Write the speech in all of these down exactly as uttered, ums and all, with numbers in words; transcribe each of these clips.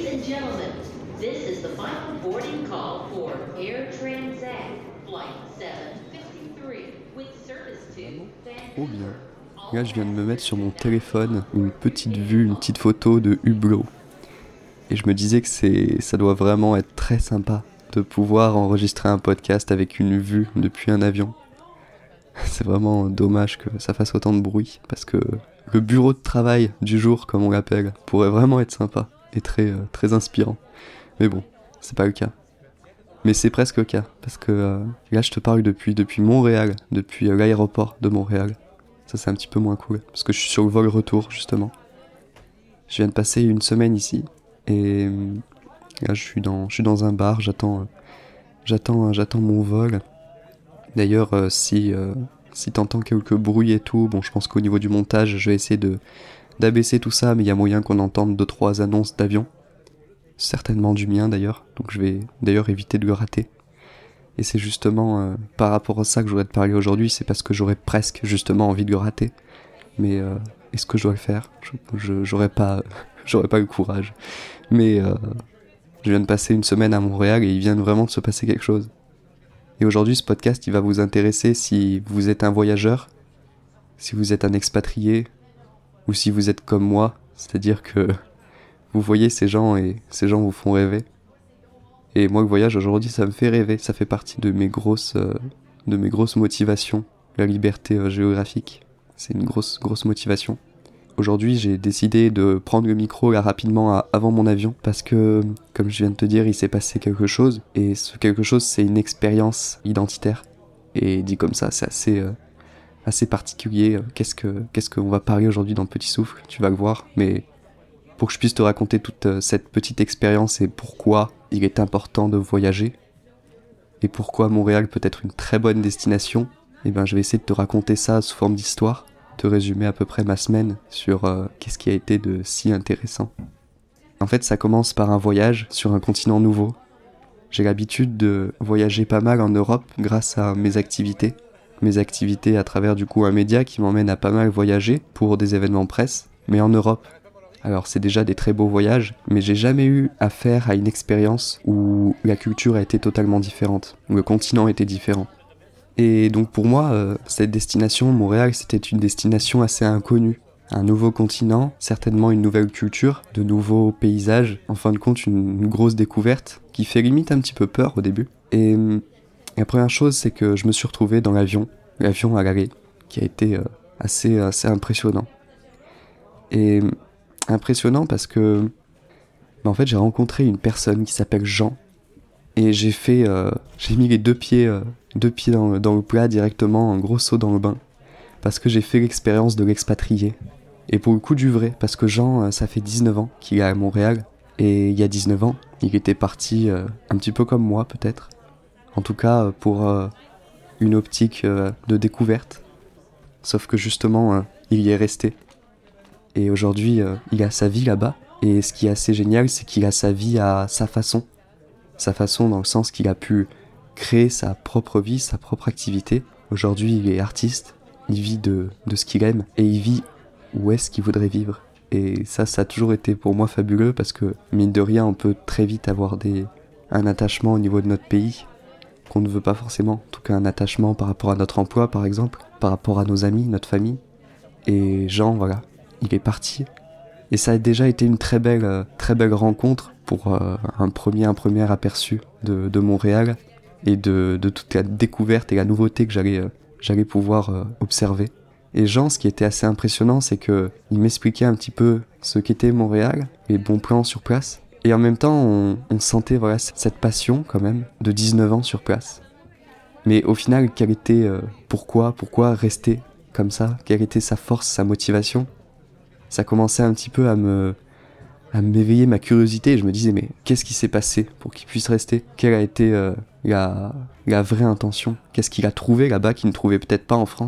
and gentlemen, this is the final boarding call for Air Transat Flight seven fifty-three with service to Trop bien. Là, je viens de me mettre sur mon téléphone une petite vue, une petite photo de Hublot. Et je me disais que c'est, ça doit vraiment être très sympa de pouvoir enregistrer un podcast avec une vue depuis un avion. C'est vraiment dommage que ça fasse autant de bruit, parce que le bureau de travail du jour, comme on l'appelle, pourrait vraiment être sympa et très, euh, très inspirant. Mais bon, c'est pas le cas. Mais c'est presque le cas, parce que euh, là je te parle depuis, depuis Montréal, depuis euh, l'aéroport de Montréal. Ça c'est un petit peu moins cool, parce que je suis sur le vol retour justement. Je viens de passer une semaine ici, et euh, là je suis dans, je suis dans un bar, j'attends, euh, j'attends, euh, j'attends mon vol. D'ailleurs, euh, si, euh, si t'entends quelques bruits et tout, bon je pense qu'au niveau du montage, je vais essayer de, d'abaisser tout ça, mais il y a moyen qu'on entende deux trois annonces d'avion. Certainement du mien d'ailleurs, donc je vais d'ailleurs éviter de le rater. Et c'est justement euh, par rapport à ça que je voudrais te parler aujourd'hui, c'est parce que j'aurais presque justement envie de le rater. Mais euh, est-ce que je dois le faire ? je, je, J'aurais pas, j'aurais pas le courage. Mais euh, je viens de passer une semaine à Montréal et il vient vraiment de se passer quelque chose. Et aujourd'hui ce podcast il va vous intéresser si vous êtes un voyageur, si vous êtes un expatrié, ou si vous êtes comme moi, c'est-à-dire que vous voyez ces gens et ces gens vous font rêver. Et moi, le voyage aujourd'hui, ça me fait rêver. Ça fait partie de mes grosses, euh, de mes grosses motivations. La liberté euh, géographique, c'est une grosse, grosse motivation. Aujourd'hui, j'ai décidé de prendre le micro là rapidement à, avant mon avion parce que, comme je viens de te dire, il s'est passé quelque chose. Et ce quelque chose, c'est une expérience identitaire. Et dit comme ça, c'est assez, euh, assez particulier. Qu'est-ce que, qu'est-ce qu'on va parler aujourd'hui dans le Petit Souffle ? Tu vas le voir, mais pour que je puisse te raconter toute cette petite expérience et pourquoi il est important de voyager et pourquoi Montréal peut être une très bonne destination, et ben je vais essayer de te raconter ça sous forme d'histoire, te résumer à peu près ma semaine sur euh, qu'est-ce qui a été de si intéressant. En fait, ça commence par un voyage sur un continent nouveau. J'ai l'habitude de voyager pas mal en Europe grâce à mes activités. Mes activités à travers du coup un média qui m'emmène à pas mal voyager pour des événements presse, mais en Europe. Alors c'est déjà des très beaux voyages, mais j'ai jamais eu affaire à une expérience où la culture a été totalement différente, où le continent était différent. Et donc pour moi, euh, cette destination, Montréal, c'était une destination assez inconnue. Un nouveau continent, certainement une nouvelle culture, de nouveaux paysages, en fin de compte une, une grosse découverte qui fait limite un petit peu peur au début. Et la première chose, c'est que je me suis retrouvé dans l'avion, l'avion à l'arrêt, qui a été euh, assez, assez impressionnant. Et impressionnant parce que bah en fait j'ai rencontré une personne qui s'appelle Jean et j'ai fait euh, j'ai mis les deux pieds euh, deux pieds dans, dans le plat directement, un gros saut dans le bain parce que j'ai fait l'expérience de l'expatrié et pour le coup du vrai parce que Jean euh, ça fait dix-neuf ans qu'il est à Montréal et il y a dix-neuf ans il était parti euh, un petit peu comme moi peut-être en tout cas pour euh, une optique euh, de découverte sauf que justement euh, il y est resté. Et aujourd'hui, euh, il a sa vie là-bas. Et ce qui est assez génial, c'est qu'il a sa vie à sa façon. Sa façon dans le sens qu'il a pu créer sa propre vie, sa propre activité. Aujourd'hui, il est artiste. Il vit de, de ce qu'il aime. Et il vit où est-ce qu'il voudrait vivre. Et ça, ça a toujours été pour moi fabuleux parce que, mine de rien, on peut très vite avoir des, un attachement au niveau de notre pays qu'on ne veut pas forcément. En tout cas, un attachement par rapport à notre emploi, par exemple. Par rapport à nos amis, notre famille. Et Jean, voilà. Il est parti et ça a déjà été une très belle, euh, très belle rencontre pour euh, un premier, un premier aperçu de, de Montréal et de, de toute la découverte et la nouveauté que j'allais, euh, j'allais pouvoir euh, observer. Et Jean, ce qui était assez impressionnant, c'est que il m'expliquait un petit peu ce qu'était Montréal, les bons plans sur place, et en même temps, on, on sentait voilà cette passion quand même de dix-neuf ans sur place. Mais au final, quel était, euh, pourquoi, pourquoi rester comme ça ? Quelle était sa force, sa motivation ? Ça commençait un petit peu à me à m'éveiller ma curiosité. Je me disais, mais qu'est-ce qui s'est passé pour qu'il puisse rester ? Quelle a été euh, la, la vraie intention ? Qu'est-ce qu'il a trouvé là-bas qu'il ne trouvait peut-être pas en France ?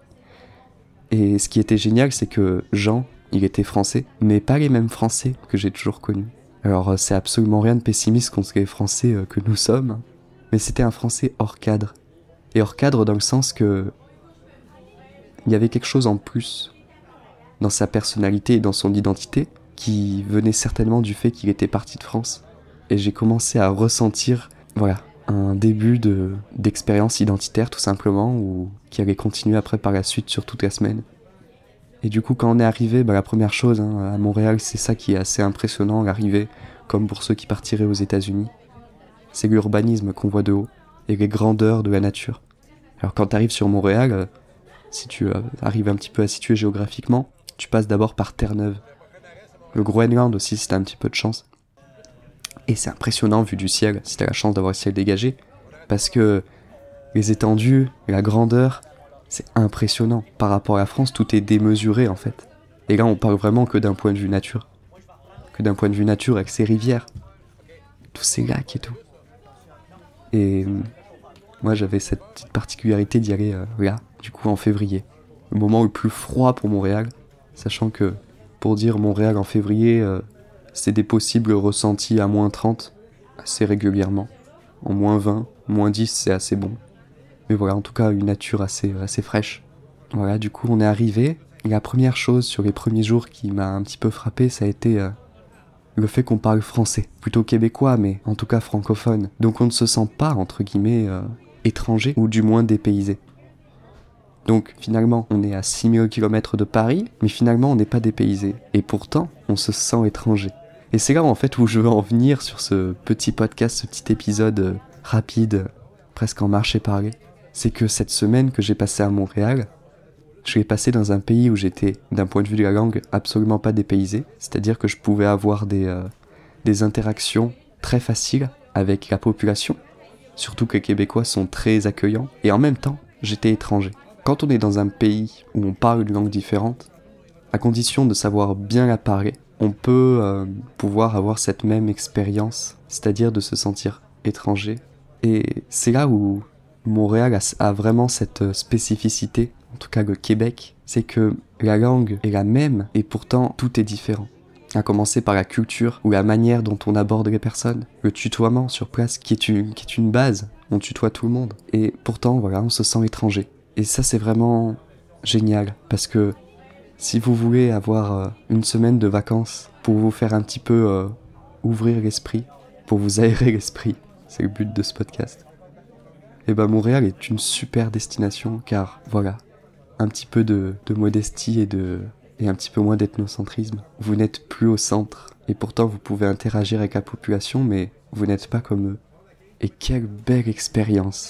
Et ce qui était génial, c'est que Jean, il était français, mais pas les mêmes Français que j'ai toujours connus. Alors, c'est absolument rien de pessimiste contre les Français euh, que nous sommes, mais c'était un Français hors cadre. Et hors cadre dans le sens que il y avait quelque chose en plus dans sa personnalité et dans son identité qui venait certainement du fait qu'il était parti de France. Et j'ai commencé à ressentir, voilà, un début de, d'expérience identitaire tout simplement, ou qui allait continuer après par la suite sur toute la semaine. Et du coup, quand on est arrivé, bah, la première chose hein, à Montréal, c'est ça qui est assez impressionnant, l'arrivée, comme pour ceux qui partiraient aux États-Unis, c'est l'urbanisme qu'on voit de haut, et les grandeurs de la nature. Alors quand tu arrives sur Montréal, euh, si tu euh, arrives un petit peu à situer géographiquement, tu passes d'abord par Terre-Neuve. Le Groenland aussi, si t'as un petit peu de chance. Et c'est impressionnant vu du ciel, si t'as la chance d'avoir le ciel dégagé, parce que les étendues, la grandeur, c'est impressionnant. Par rapport à la France, tout est démesuré en fait. Et là, on parle vraiment que d'un point de vue nature. Que d'un point de vue nature avec ses rivières, tous ces lacs et tout. Et euh, moi, j'avais cette petite particularité d'y aller euh, là, du coup en février. Le moment le plus froid pour Montréal, sachant que, pour dire Montréal en février, euh, c'est des possibles ressentis à moins trente, assez régulièrement. En moins vingt, moins dix, c'est assez bon. Mais voilà, en tout cas, une nature assez, assez fraîche. Voilà, du coup, on est arrivé. Et la première chose sur les premiers jours qui m'a un petit peu frappé, ça a été euh, le fait qu'on parle français. Plutôt québécois, mais en tout cas francophone. Donc on ne se sent pas, entre guillemets, euh, étranger, ou du moins dépaysé. Donc finalement, on est à six mille kilomètres de Paris, mais finalement, on n'est pas dépaysé. Et pourtant, on se sent étranger. Et c'est là en fait où je veux en venir sur ce petit podcast, ce petit épisode euh, rapide, euh, presque en marché parler. C'est que cette semaine que j'ai passée à Montréal, je l'ai passée dans un pays où j'étais, d'un point de vue de la langue, absolument pas dépaysé. C'est-à-dire que je pouvais avoir des, euh, des interactions très faciles avec la population. Surtout que les Québécois sont très accueillants. Et en même temps, j'étais étranger. Quand on est dans un pays où on parle une langue différente, à condition de savoir bien la parler, on peut euh, pouvoir avoir cette même expérience, c'est-à-dire de se sentir étranger. Et c'est là où Montréal a, a vraiment cette spécificité, en tout cas le Québec, c'est que la langue est la même et pourtant tout est différent. À commencer par la culture ou la manière dont on aborde les personnes, le tutoiement sur place qui est une, qui est une base, on tutoie tout le monde. Et pourtant, voilà, on se sent étranger. Et ça, c'est vraiment génial, parce que si vous voulez avoir euh, une semaine de vacances pour vous faire un petit peu euh, ouvrir l'esprit, pour vous aérer l'esprit, c'est le but de ce podcast, et ben Montréal est une super destination, car voilà, un petit peu de, de modestie et, de, et un petit peu moins d'ethnocentrisme. Vous n'êtes plus au centre, et pourtant vous pouvez interagir avec la population, mais vous n'êtes pas comme eux. Et quelle belle expérience!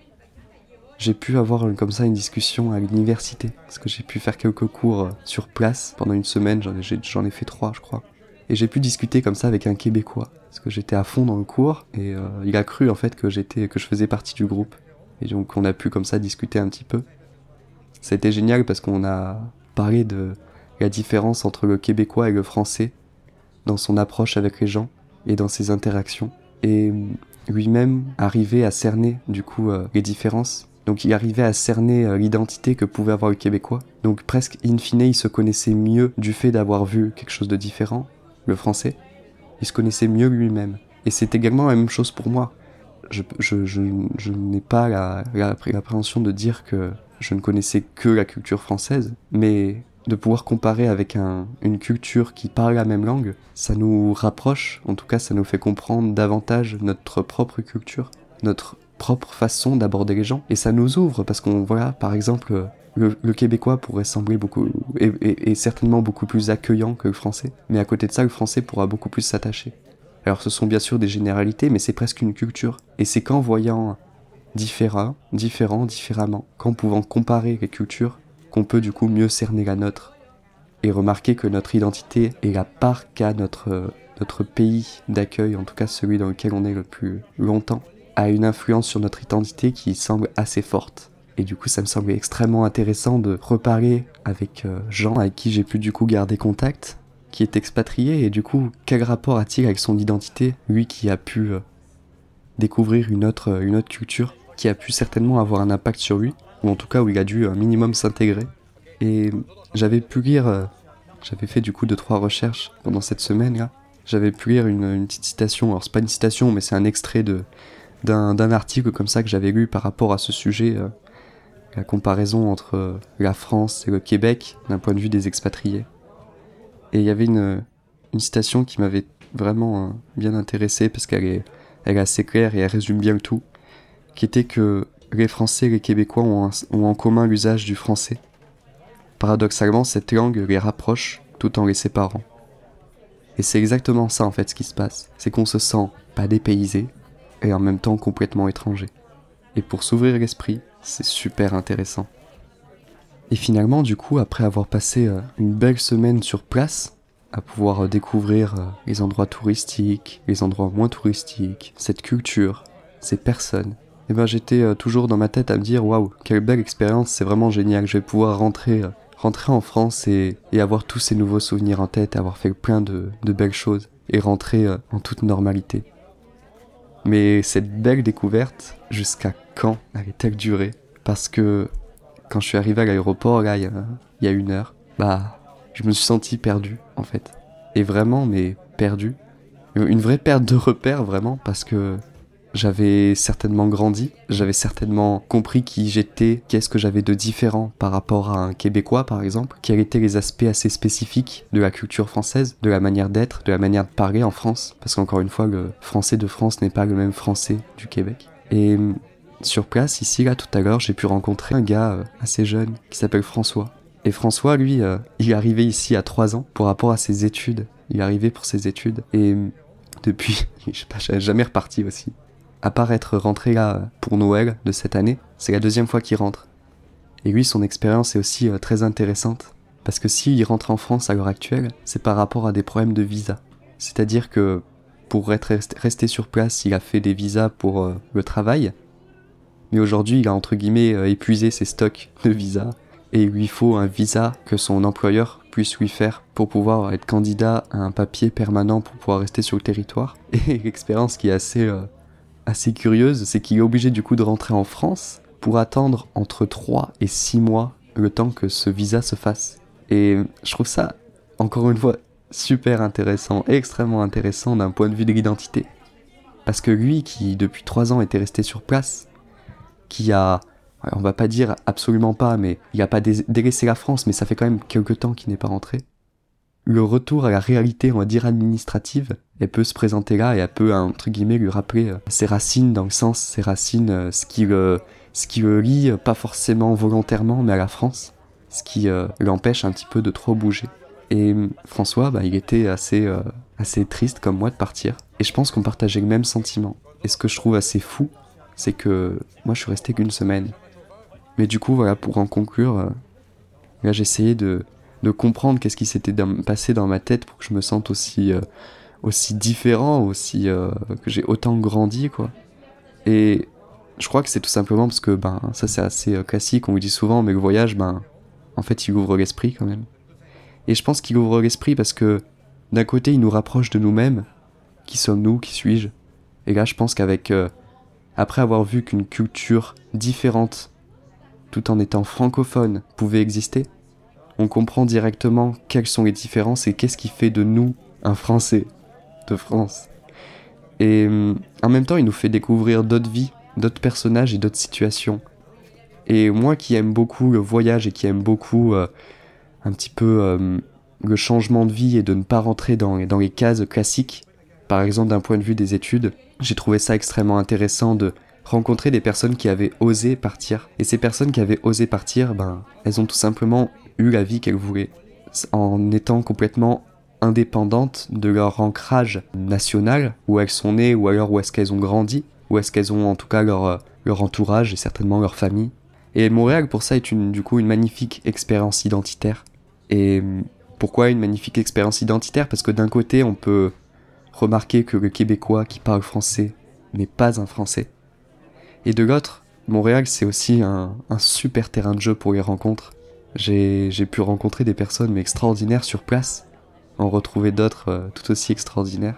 J'ai pu avoir comme ça une discussion à l'université, parce que j'ai pu faire quelques cours sur place pendant une semaine, j'en ai, j'en ai fait trois je crois. Et j'ai pu discuter comme ça avec un Québécois, parce que j'étais à fond dans le cours, et euh, il a cru en fait que, j'étais, que je faisais partie du groupe. Et donc on a pu comme ça discuter un petit peu. C'était génial parce qu'on a parlé de la différence entre le Québécois et le Français, dans son approche avec les gens, et dans ses interactions. Et lui-même arrivait à cerner du coup euh, les différences. Donc il arrivait à cerner euh, l'identité que pouvait avoir le Québécois. Donc presque in fine, il se connaissait mieux du fait d'avoir vu quelque chose de différent, le Français. Il se connaissait mieux lui-même. Et c'est également la même chose pour moi. Je, je, je, je n'ai pas la, la, l'appréhension de dire que je ne connaissais que la culture française, mais de pouvoir comparer avec un, une culture qui parle la même langue, ça nous rapproche, en tout cas ça nous fait comprendre davantage notre propre culture, notre propre façon d'aborder les gens, et ça nous ouvre parce qu'on voit par exemple le, le Québécois pourrait sembler beaucoup et, et, et certainement beaucoup plus accueillant que le Français, mais à côté de ça le Français pourra beaucoup plus s'attacher. Alors ce sont bien sûr des généralités, mais c'est presque une culture, et c'est qu'en voyant différents, différents, différemment, qu'en pouvant comparer les cultures, qu'on peut du coup mieux cerner la nôtre, et remarquer que notre identité est la part qu'a notre, notre pays d'accueil, en tout cas celui dans lequel on est le plus longtemps, a une influence sur notre identité qui semble assez forte. Et du coup ça me semblait extrêmement intéressant de reparler avec euh, Jean, avec qui j'ai pu du coup garder contact, qui est expatrié, et du coup quel rapport a-t-il avec son identité, lui qui a pu euh, découvrir une autre, une autre culture, qui a pu certainement avoir un impact sur lui, ou en tout cas où il a dû un minimum s'intégrer. Et j'avais pu lire, euh, j'avais fait du coup deux trois recherches pendant cette semaine-là, j'avais pu lire une, une petite citation, alors c'est pas une citation mais c'est un extrait de, d'un, d'un article comme ça que j'avais lu par rapport à ce sujet, euh, la comparaison entre euh, la France et le Québec d'un point de vue des expatriés. Et il y avait une, une citation qui m'avait vraiment euh, bien intéressé parce qu'elle est, elle est assez claire et elle résume bien le tout, qui était que les Français et les Québécois ont, un, ont en commun l'usage du français. Paradoxalement, cette langue les rapproche tout en les séparant. Et c'est exactement ça en fait ce qui se passe, c'est qu'on se sent pas dépaysé et en même temps complètement étranger. Et pour s'ouvrir l'esprit, c'est super intéressant. Et finalement, du coup, après avoir passé euh, une belle semaine sur place, à pouvoir euh, découvrir euh, les endroits touristiques, les endroits moins touristiques, cette culture, ces personnes, et ben j'étais euh, toujours dans ma tête à me dire waouh, quelle belle expérience, c'est vraiment génial, je vais pouvoir rentrer, euh, rentrer en France et, et avoir tous ces nouveaux souvenirs en tête, avoir fait plein de, de belles choses et rentrer euh, en toute normalité. Mais cette belle découverte, jusqu'à quand allait-elle durer ? Parce que quand je suis arrivé à l'aéroport, là, il y a, il y a une heure, bah, je me suis senti perdu, en fait. Et vraiment, mais perdu. Une vraie perte de repère, vraiment, parce que j'avais certainement grandi, j'avais certainement compris qui j'étais, qu'est-ce que j'avais de différent par rapport à un Québécois, par exemple, quels étaient les aspects assez spécifiques de la culture française, de la manière d'être, de la manière de parler en France, parce qu'encore une fois, le français de France n'est pas le même français du Québec. Et sur place, ici, là, tout à l'heure, j'ai pu rencontrer un gars euh, assez jeune qui s'appelle François. Et François, lui, euh, il est arrivé ici à trois ans pour rapport à ses études. Il est arrivé pour ses études. Et depuis, je sais pas, je suis jamais reparti aussi. À part être rentré là pour Noël de cette année, c'est la deuxième fois qu'il rentre. Et lui, son expérience est aussi euh, très intéressante. Parce que s'il rentre en France à l'heure actuelle, c'est par rapport à des problèmes de visa. C'est-à-dire que pour être resté sur place, il a fait des visas pour euh, le travail. Mais aujourd'hui, il a entre guillemets euh, épuisé ses stocks de visas. Et il lui faut un visa que son employeur puisse lui faire pour pouvoir être candidat à un papier permanent pour pouvoir rester sur le territoire. Et l'expérience qui est assez, euh, assez curieuse, c'est qu'il est obligé du coup de rentrer en France pour attendre entre trois et six mois le temps que ce visa se fasse. Et je trouve ça, encore une fois, super intéressant, extrêmement intéressant d'un point de vue de l'identité. Parce que lui, qui depuis trois ans était resté sur place, qui a, on va pas dire absolument pas, mais il a pas dé- délaissé la France, mais ça fait quand même quelques temps qu'il n'est pas rentré. Le retour à la réalité, on va dire administrative, elle peut se présenter là et elle peut, entre guillemets, lui rappeler euh, ses racines dans le sens, ses racines, euh, ce qui le, ce qui le lie, euh, pas forcément volontairement, mais à la France, ce qui euh, l'empêche un petit peu de trop bouger. Et euh, François, bah, il était assez, euh, assez triste comme moi de partir, et je pense qu'on partageait le même sentiment. Et ce que je trouve assez fou, c'est que moi je suis resté qu'une semaine. Mais du coup, voilà, pour en conclure, euh, là j'ai essayé de, de comprendre qu'est-ce qui s'était dans, passé dans ma tête pour que je me sente aussi, euh, aussi différent, aussi euh, que j'ai autant grandi, quoi. Et je crois que c'est tout simplement parce que, ben, ça c'est assez euh, classique, on le dit souvent, mais le voyage, ben, en fait, il ouvre l'esprit quand même. Et je pense qu'il ouvre l'esprit parce que, d'un côté, il nous rapproche de nous-mêmes. Qui sommes-nous ? Qui suis-je ? Et là, je pense qu'avec... Euh, Après avoir vu qu'une culture différente, tout en étant francophone, pouvait exister, on comprend directement quelles sont les différences et qu'est-ce qui fait de nous un Français de France. Et en même temps, il nous fait découvrir d'autres vies, d'autres personnages et d'autres situations. Et moi qui aime beaucoup le voyage et qui aime beaucoup euh, un petit peu euh, le changement de vie et de ne pas rentrer dans, dans les cases classiques, par exemple d'un point de vue des études, j'ai trouvé ça extrêmement intéressant de rencontrer des personnes qui avaient osé partir. Et ces personnes qui avaient osé partir, ben, elles ont tout simplement eu la vie qu'elles voulaient, en étant complètement indépendantes de leur ancrage national, où elles sont nées, ou alors où est-ce qu'elles ont grandi, où est-ce qu'elles ont en tout cas leur, leur entourage et certainement leur famille. Et Montréal, pour ça, est une, du coup une magnifique expérience identitaire. Et pourquoi une magnifique expérience identitaire ? Parce que d'un côté, on peut remarquer que le Québécois qui parle français n'est pas un Français. Et de l'autre, Montréal, c'est aussi un, un super terrain de jeu pour les rencontres. J'ai, j'ai pu rencontrer des personnes mais extraordinaires sur place, en retrouver d'autres euh, tout aussi extraordinaires.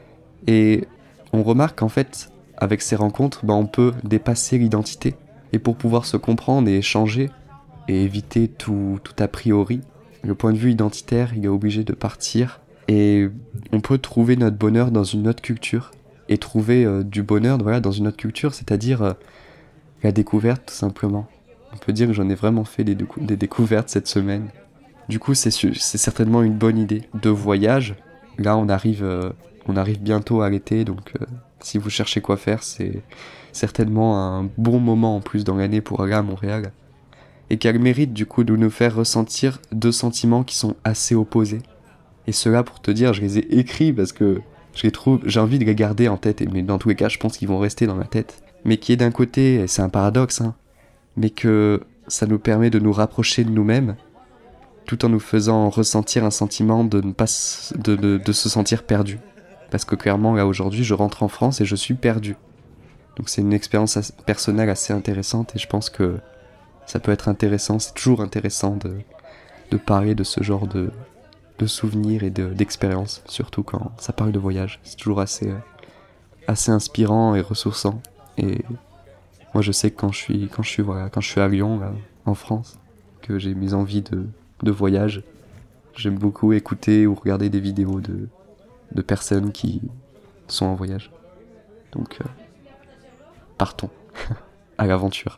Et on remarque qu'en fait, avec ces rencontres, ben, on peut dépasser l'identité. Et pour pouvoir se comprendre et échanger, et éviter tout, tout a priori, le point de vue identitaire, il est obligé de partir. Et on peut trouver notre bonheur dans une autre culture. Et trouver euh, du bonheur voilà, dans une autre culture, c'est-à-dire euh, la découverte tout simplement. On peut dire que j'en ai vraiment fait des, des découvertes cette semaine. Du coup, c'est, c'est certainement une bonne idée de voyage, là on arrive, euh, on arrive bientôt à l'été, donc euh, si vous cherchez quoi faire, c'est certainement un bon moment en plus dans l'année pour aller à Montréal. Et qu'elle mérite du coup de nous faire ressentir deux sentiments qui sont assez opposés. Et ceux-là, pour te dire, je les ai écrits parce que je les trouve, j'ai envie de les garder en tête, mais dans tous les cas, je pense qu'ils vont rester dans ma tête. Mais qui est d'un côté, et c'est un paradoxe, hein, mais que ça nous permet de nous rapprocher de nous-mêmes, tout en nous faisant ressentir un sentiment de ne pas s- de, de, de se sentir perdu. Parce que clairement, là aujourd'hui, je rentre en France et je suis perdu. Donc c'est une expérience as- personnelle assez intéressante et je pense que ça peut être intéressant, c'est toujours intéressant de, de parler de ce genre de, de souvenirs et de, d'expériences, surtout quand ça parle de voyage. C'est toujours assez, euh, assez inspirant et ressourçant. Et moi je sais que quand je suis, quand je suis, voilà, quand je suis à Lyon, là, en France, que j'ai mes envies de, de voyage, j'aime beaucoup écouter ou regarder des vidéos de, de personnes qui sont en voyage. Donc euh, partons à l'aventure.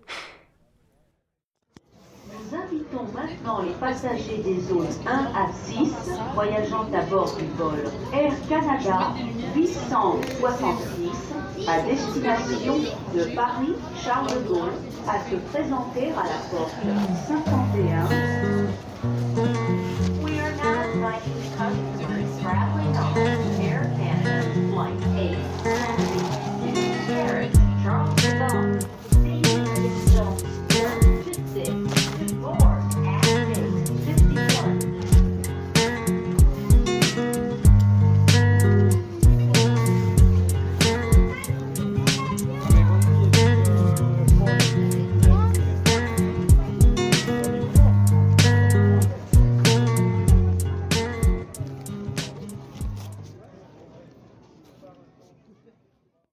Nous invitons maintenant les passagers des zones un à six voyageant à bord du vol Air Canada huit cent soixante-six à destination de Paris-Charles de Gaulle à se présenter à la porte cinquante et un. We are now inviting customers